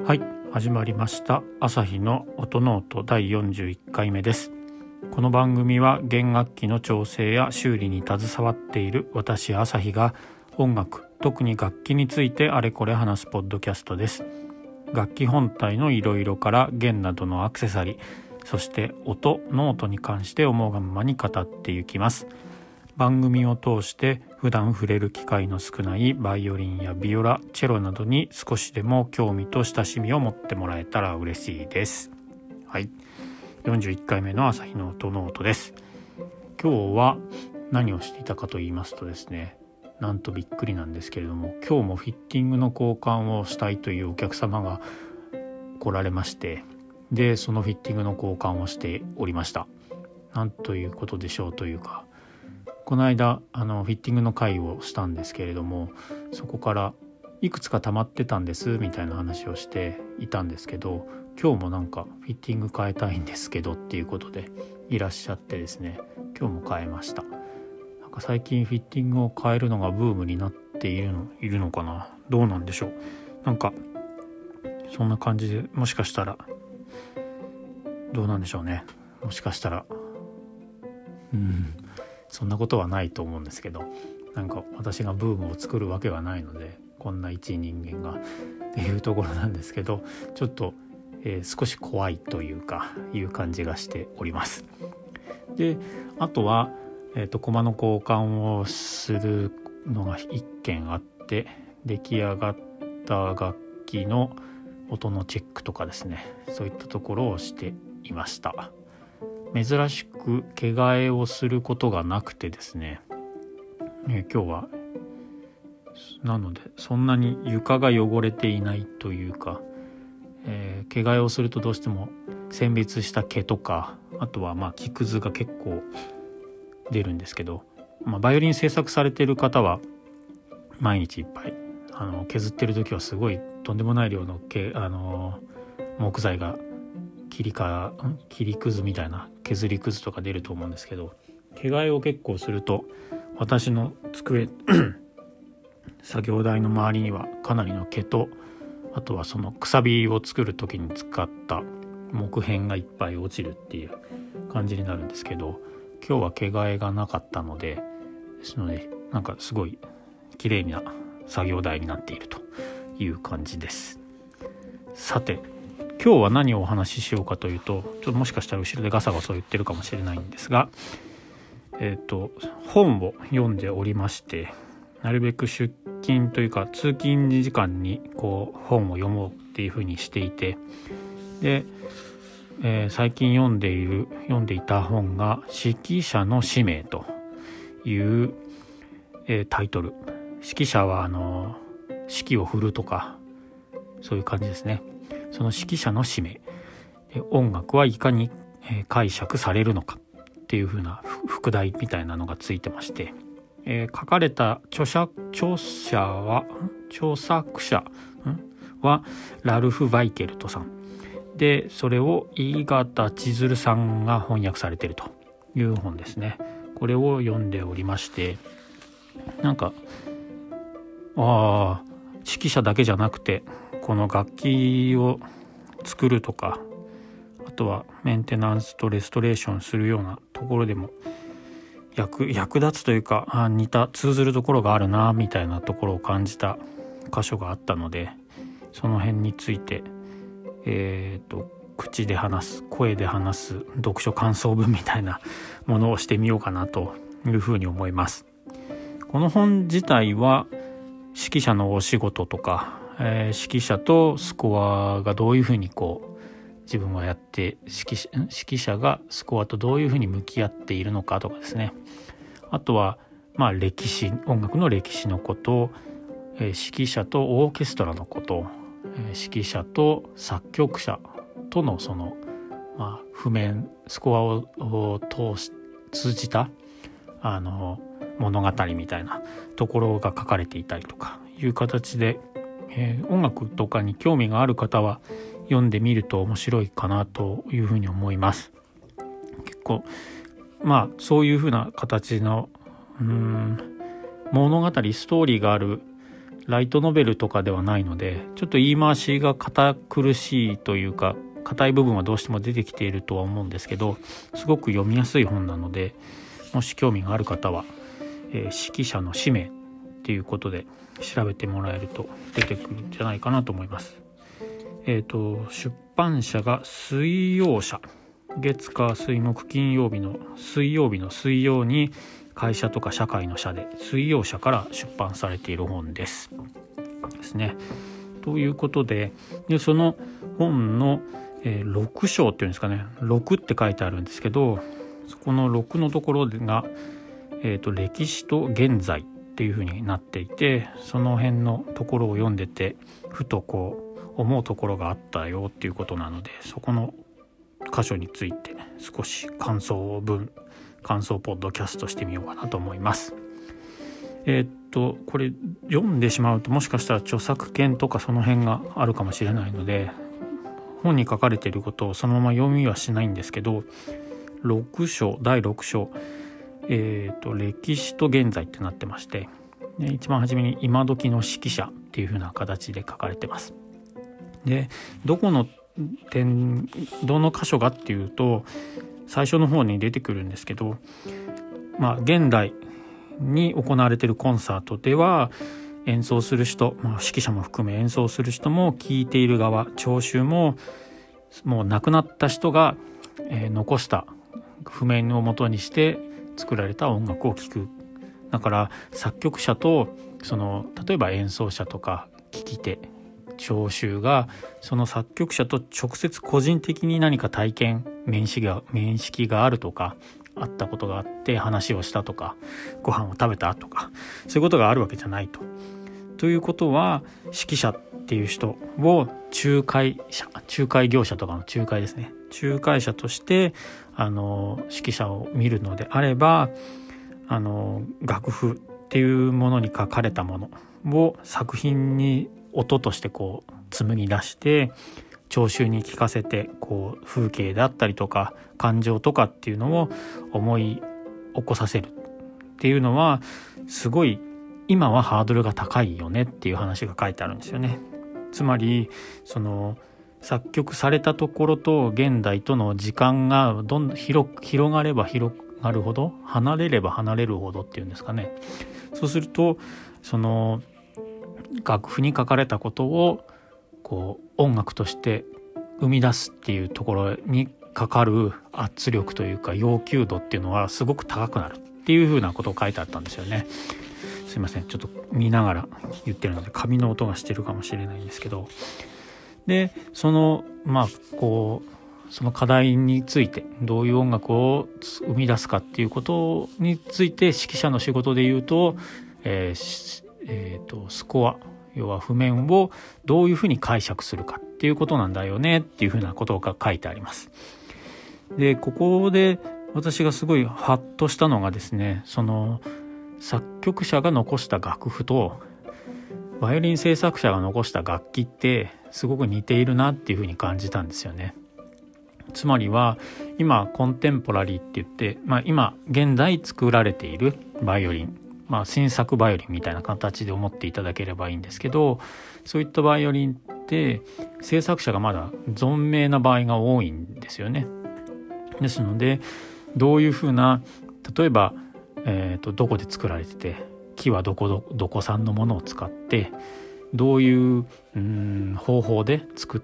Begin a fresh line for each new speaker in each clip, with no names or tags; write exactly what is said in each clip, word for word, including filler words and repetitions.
はい、始まりました朝日の音ノートだいよんじゅういっかいめです。この番組は弦楽器の調整や修理に携わっている私朝日が音楽、特に楽器についてあれこれ話すポッドキャストです。楽器本体のいろいろから弦などのアクセサリー、そして音、ノートに関して思うがままに語っていきます。番組を通して普段触れる機会の少ないバイオリンやビオラ、チェロなどに少しでも興味と親しみを持ってもらえたら嬉しいです。はい、よんじゅういっかいめの朝日の音ノートです。今日は何をしていたかと言いますとですね、なんとびっくりなんですけれども、今日もフィッティングの交換をしたいというお客様が来られまして、でそのフィッティングの交換をしておりました。なんということでしょうというか、この間あのフィッティングの会をしたんですけれども、そこからいくつか溜まってたんですみたいな話をしていたんですけど、今日もなんかフィッティング変えたいんですけどっていうことでいらっしゃってですね、今日も変えました。なんか最近フィッティングを変えるのがブームになっているのいるのかな、どうなんでしょう。なんかそんな感じで、もしかしたらどうなんでしょうね。もしかしたらうんそんなことはないと思うんですけど、なんか私がブームを作るわけはないので、こんな一人間がっていうところなんですけど、ちょっと、えー、少し怖いというかいう感じがしております。であとは、えーと、駒の交換をするのが一件あって、出来上がった楽器の音のチェックとかですね、そういったところをしていました。珍しく毛替えをすることがなくてですね、えー、今日はなのでそんなに床が汚れていないというか、えー、毛替えをするとどうしても選別した毛とか、あとはまあ木くずが結構出るんですけど、まあ、バイオリン制作されている方は毎日いっぱいあの削ってる時はすごいとんでもない量の毛あの木材が切りか切りくずみたいな削りくずとか出ると思うんですけど、毛替えを結構すると私の机作業台の周りにはかなりの毛と、あとはそのくさびを作る時に使った木片がいっぱい落ちるっていう感じになるんですけど、今日は毛替えがなかったのでですので、なんかすごい綺麗な作業台になっているという感じです。さて今日は何をお話ししようかというと、ちょっともしかしたら後ろでガサガサ言ってるかもしれないんですが、えっと本を読んでおりまして、なるべく出勤というか通勤時間にこう本を読もうっていうふうにしていて、で、えー、最近読んでいる読んでいた本が指揮者の使命という、えー、タイトル。指揮者はあの指揮を振るとかそういう感じですね。その指揮者の使命、音楽はいかに解釈されるのかっていう風な副題みたいなのがついてまして、えー、書かれた著者著者は著作者はラルフ・バイケルトさんで、それを井形千鶴さんが翻訳されているという本ですね。これを読んでおりまして、なんかああ指揮者だけじゃなくて、この楽器を作るとか、あとはメンテナンスとレストレーションするようなところでも 役, 役立つというか、あ似た通ずるところがあるなみたいなところを感じた箇所があったので、その辺について、えー、と口で話す、声で話す読書感想文みたいなものをしてみようかなというふうに思います。この本自体は指揮者のお仕事とか、えー、指揮者とスコアがどういうふうにこう自分はやって、指揮、指揮者がスコアとどういうふうに向き合っているのかとかですね、あとはまあ歴史、音楽の歴史のこと、えー、指揮者とオーケストラのこと、えー、指揮者と作曲者とのその、まあ、譜面スコアを通し通じたあの物語みたいなところが書かれていたりとかいう形で、えー、音楽とかに興味がある方は読んでみると面白いかなというふうに思います。結構まあそういうふうな形のうーん物語ストーリーがあるライトノベルとかではないので、ちょっと言い回しが堅苦しいというか硬い部分はどうしても出てきているとは思うんですけど、すごく読みやすい本なので、もし興味がある方は、えー、指揮者の使命っていうことで調べてもらえると出てくるんじゃないかなと思います。えーと、出版社が水曜社、月火水木金曜日の水曜日の水曜に会社とか社会の社で水曜社から出版されている本ですですね。ということで、でその本の、えー、ろく章っていうんですかね、ろくって書いてあるんですけど、そこのろくのところが、えーと、歴史と現在っていう風になっていて、その辺のところを読んでてふとこう思うところがあったよっていうことなので、そこの箇所について少し感想文感想ポッドキャストしてみようかなと思います。えー、っとこれ読んでしまうともしかしたら著作権とかその辺があるかもしれないので、本に書かれていることをそのまま読みはしないんですけど、ろく章だいろく章、えー、っと歴史と現在ってなってまして、一番初めに今時の指揮者っていう風な形で書かれてます。でどこの点どの箇所がっていうと、最初の方に出てくるんですけど、まあ現代に行われているコンサートでは演奏する人、まあ、指揮者も含め演奏する人も聴いている側、聴衆ももう亡くなった人が、えー、残した譜面を元にして作られた音楽を聴く。だから作曲者とその例えば演奏者とか聴き手聴衆がその作曲者と直接個人的に何か体験面識が面識があるとか、あったことがあって話をしたとか、ご飯を食べたとか、そういうことがあるわけじゃないと。ということは指揮者っていう人を仲介者仲介業者とかの仲介ですね、仲介者としてあの指揮者を見るのであれば、あの楽譜っていうものに書かれたものを作品に音としてこう紡ぎ出して聴衆に聞かせて、こう風景であったりとか感情とかっていうのを思い起こさせるっていうのはすごい今はハードルが高いよねっていう話が書いてあるんですよね。つまりその作曲されたところと現代との時間がどんどん 広, 広がれば広がるほど、離れれば離れるほどっていうんですかね。そうするとその楽譜に書かれたことをこう音楽として生み出すっていうところにかかる圧力というか要求度っていうのはすごく高くなるっていうふうなことを書いてあったんですよね。すいません、ちょっと見ながら言ってるので紙の音がしてるかもしれないんですけど、でそのまあこうその課題についてどういう音楽を生み出すかっていうことについて指揮者の仕事で言うと、えーえー、とスコア、要は譜面をどういうふうに解釈するかっていうことなんだよねっていうふうなことが書いてあります。でここで私がすごいハッとしたのがですね、その作曲者が残した楽譜とバイオリン制作者が残した楽器ってすごく似ているなっていうふうに感じたんですよね。つまりは今コンテンポラリーって言って、まあ、今現在作られているバイオリン、まあ、新作バイオリンみたいな形で思っていただければいいんですけど、そういったバイオリンって制作者がまだ存命な場合が多いんですよね。ですのでどういうふうな、例えば、えーと、どこで作られてて、木はどこど、どこ産のものを使ってどういう、うーん方法で作って、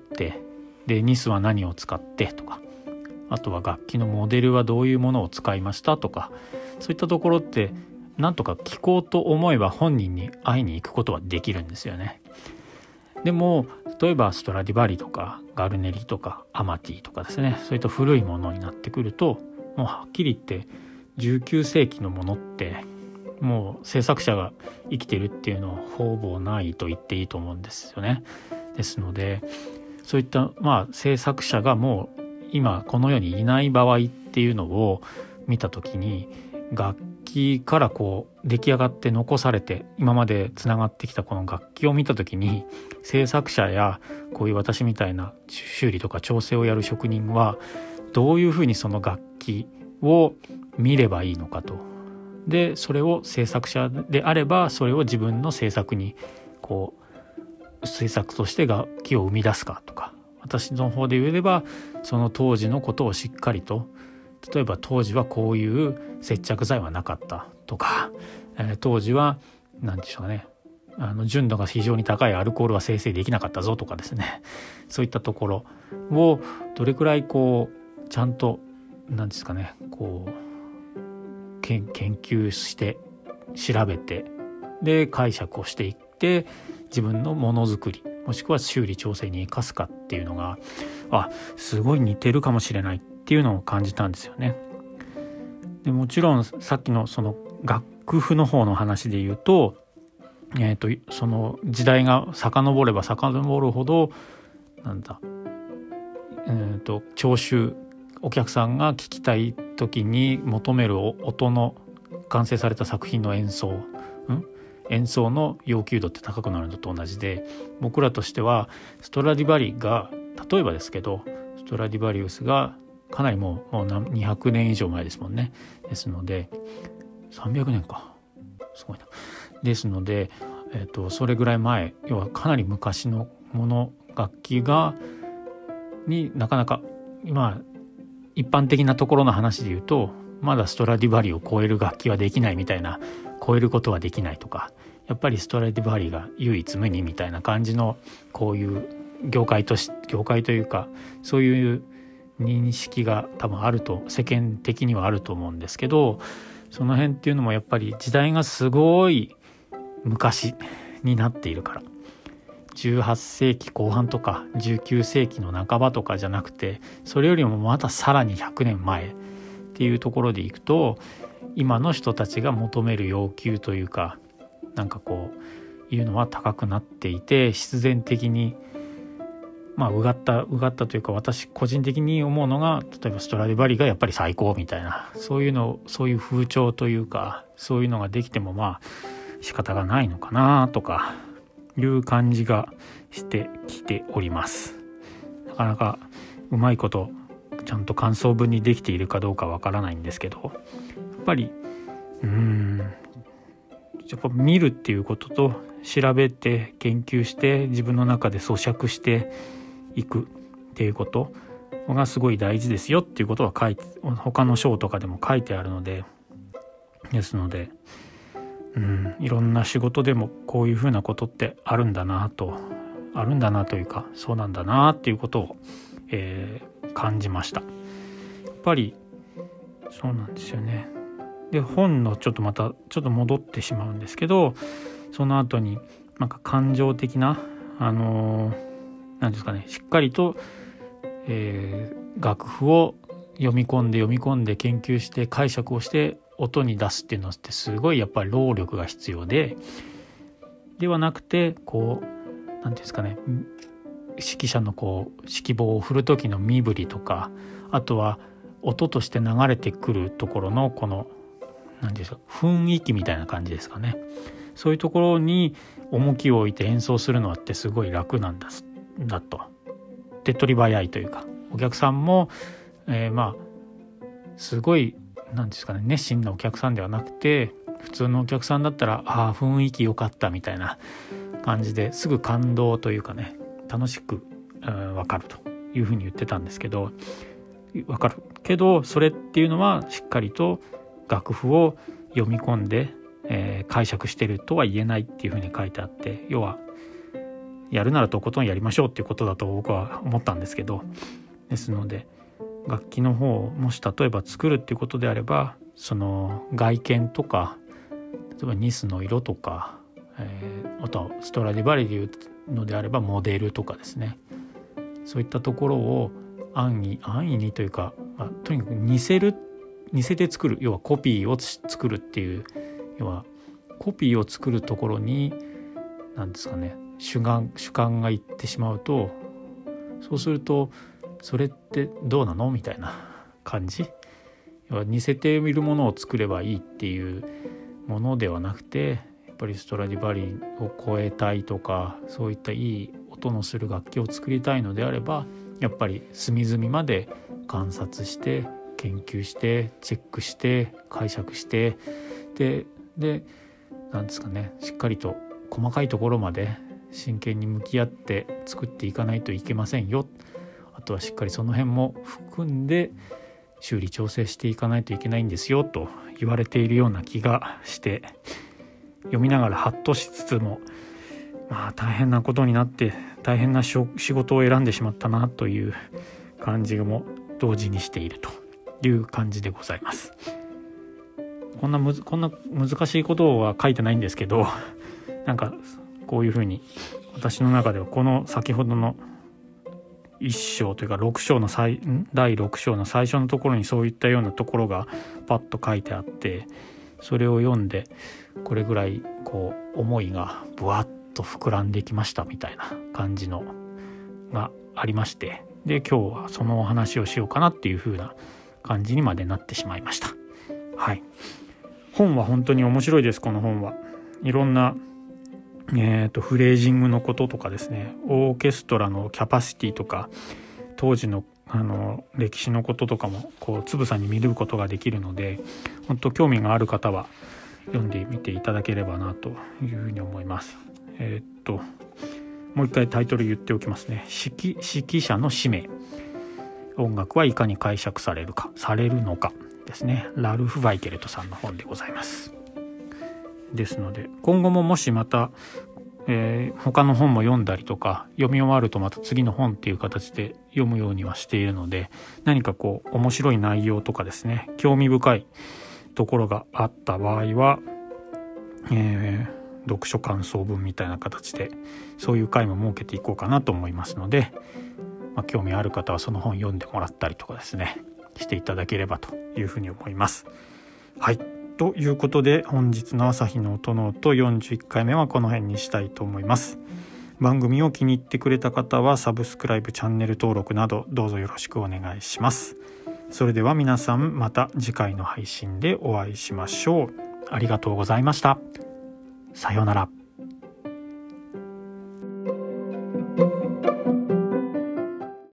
でニスは何を使ってとか、あとは楽器のモデルはどういうものを使いましたとか、そういったところってなんとか聞こうと思えば本人に会いに行くことはできるんですよね。でも例えばストラディバリとかガルネリとかアマティとかですね、そういった古いものになってくると、もうはっきり言ってじゅうきゅう世紀のものってもう制作者が生きてるっていうのはほぼないと言っていいと思うんですよね。ですのでそういったまあ制作者がもう今この世にいない場合っていうのを見た時に、楽器からこう出来上がって残されて今までつながってきたこの楽器を見た時に、制作者やこういう私みたいな修理とか調整をやる職人はどういうふうにその楽器を見ればいいのかと。でそれを制作者であればそれを自分の制作にこう推作として楽器を生み出すかとか、私の方で言えればその当時のことをしっかりと、例えば当時はこういう接着剤はなかったとか、えー、当時は何でしょうかね、あの純度が非常に高いアルコールは生成できなかったぞとかですね、そういったところをどれくらいこうちゃんと何ですかね、こう研究して調べて、で解釈をしていって自分のものづくりもしくは修理調整に生かすかっていうのが、あ、すごい似てるかもしれないっていうのを感じたんですよね。でもちろんさっきのその楽譜の方の話で言うと、えーと、その時代が遡れば遡るほどなんだ、えーと、聴衆お客さんが聴きたい時に求める音の完成された作品の演奏、ん演奏の要求度って高くなるのと同じで、僕らとしてはストラディバリが、例えばですけどストラディバリウスがかなりもう、もうにひゃくねん以上前ですもんね。ですのでさんびゃくねんか、すごいな。ですので、えーと、それぐらい前、要はかなり昔のもの、楽器がになかなか今一般的なところの話で言うと、まだストラディバリを超える楽器はできないみたいな、超えることはできないとか、やっぱりストラディバリが唯一無二みたいな感じの、こういう業界とし業界というかそういう認識が多分あると、世間的にはあると思うんですけど、その辺っていうのもやっぱり時代がすごい昔になっているから、じゅうはっせいきこう半とかじゅうきゅうせいきの半ばとかじゃなくて、それよりもまたさらにひゃくねんまえっていうところでいくと、今の人たちが求める要求というか、なんかこういうのは高くなっていて、必然的にまあうがったうがったというか、私個人的に思うのが、例えばストラディバリがやっぱり最高みたいな、そういうのそういう風潮というか、そういうのができてもまあ仕方がないのかなとかいう感じがしてきております。なかなかうまいことちゃんと感想文にできているかどうかわからないんですけど、やっぱりうーんやっぱ見るっていうことと、調べて研究して自分の中で咀嚼していくっていうことがすごい大事ですよっていうことは書いて、他の章とかでも書いてあるので、ですので、うん、いろんな仕事でもこういうふうなことってあるんだなとあるんだなというか、そうなんだなっていうことを、えー、感じました。やっぱりそうなんですよね。で、本のちょっとまたちょっと戻ってしまうんですけど、その後になんか感情的なあの何ですかね、しっかりと、えー、楽譜を読み込んで読み込んで研究して解釈をして音に出すっていうのってすごいやっぱり労力が必要で、ではなくてこう何ていうんですかね、指揮者のこう指揮棒を振る時の身振りとか、あとは音として流れてくるところのこの何ですか、雰囲気みたいな感じですかね。そういうところに重きを置いて演奏するのってすごい楽なんだだと、手っ取り早いというか、お客さんも、えー、まあすごい何ですかね、熱心なお客さんではなくて、普通のお客さんだったら、ああ雰囲気良かったみたいな感じですぐ感動というかね、楽しく、うん、分かるというふうに言ってたんですけど、分かるけどそれっていうのはしっかりと楽譜を読み込んで、えー、解釈してるとは言えないっていうふうに書いてあって、要はやるならとことんやりましょうっていうことだと僕は思ったんですけど、ですので楽器の方をもし例えば作るっていうことであれば、その外見とか、例えばニスの色とか、えー、あとはストラディバリでいうのであればモデルとかですね、そういったところを安易安易にというか、まあ、とにかく似せる似せて作る、要はコピーを作るっていう、要はコピーを作るところに何ですかね、主眼主観がいってしまうと、そうするとそれってどうなのみたいな感じ、要は似せてみるものを作ればいいっていうものではなくて、やっぱりストラディバリを超えたいとか、そういったいい音のする楽器を作りたいのであれば、やっぱり隅々まで観察して研究してチェックして解釈して、ででなんですかね、しっかりと細かいところまで真剣に向き合って作っていかないといけませんよ。あとはしっかりその辺も含んで修理調整していかないといけないんですよと言われているような気がして、読みながらハッとしつつも、まあ大変なことになって大変な仕事を選んでしまったなという感じも同時にしているという感じでございます。こんなむずこんな難しいことは書いてないんですけど、なんかこういうふうに私の中ではこの先ほどの一章というかろく章の最だいろく章の最初のところにそういったようなところがパッと書いてあって、それを読んでこれぐらいこう思いがぶわっと膨らんできましたみたいな感じのがありまして、で今日はそのお話をしようかなっていう風な感じにまでなってしまいました。はい、本は本当に面白いです。この本はいろんな、えーと、フレージングのこととかですね、オーケストラのキャパシティとか当時のあの歴史のこととかもこうつぶさに見ることができるので、本当興味がある方は読んでみていただければなというふうに思います。えー、っともう一回タイトル言っておきますね。指揮、指揮者の使命、音楽はいかに解釈されるかされるのかですね。ラルフ・バイケルトさんの本でございます。ですので今後ももしまた、えー、他の本も読んだりとか、読み終わるとまた次の本っていう形で読むようにはしているので、何かこう面白い内容とかですね、興味深いところがあった場合は、えー、読書感想文みたいな形でそういう回も設けていこうかなと思いますので、まあ、興味ある方はその本読んでもらったりとかですねしていただければというふうに思います。はい、ということで本日の朝日の音の音よんじゅういっかいめはこの辺にしたいと思います。番組を気に入ってくれた方はサブスクライブ、チャンネル登録などどうぞよろしくお願いします。それでは皆さんまた次回の配信でお会いしましょう。ありがとうございました。さようなら。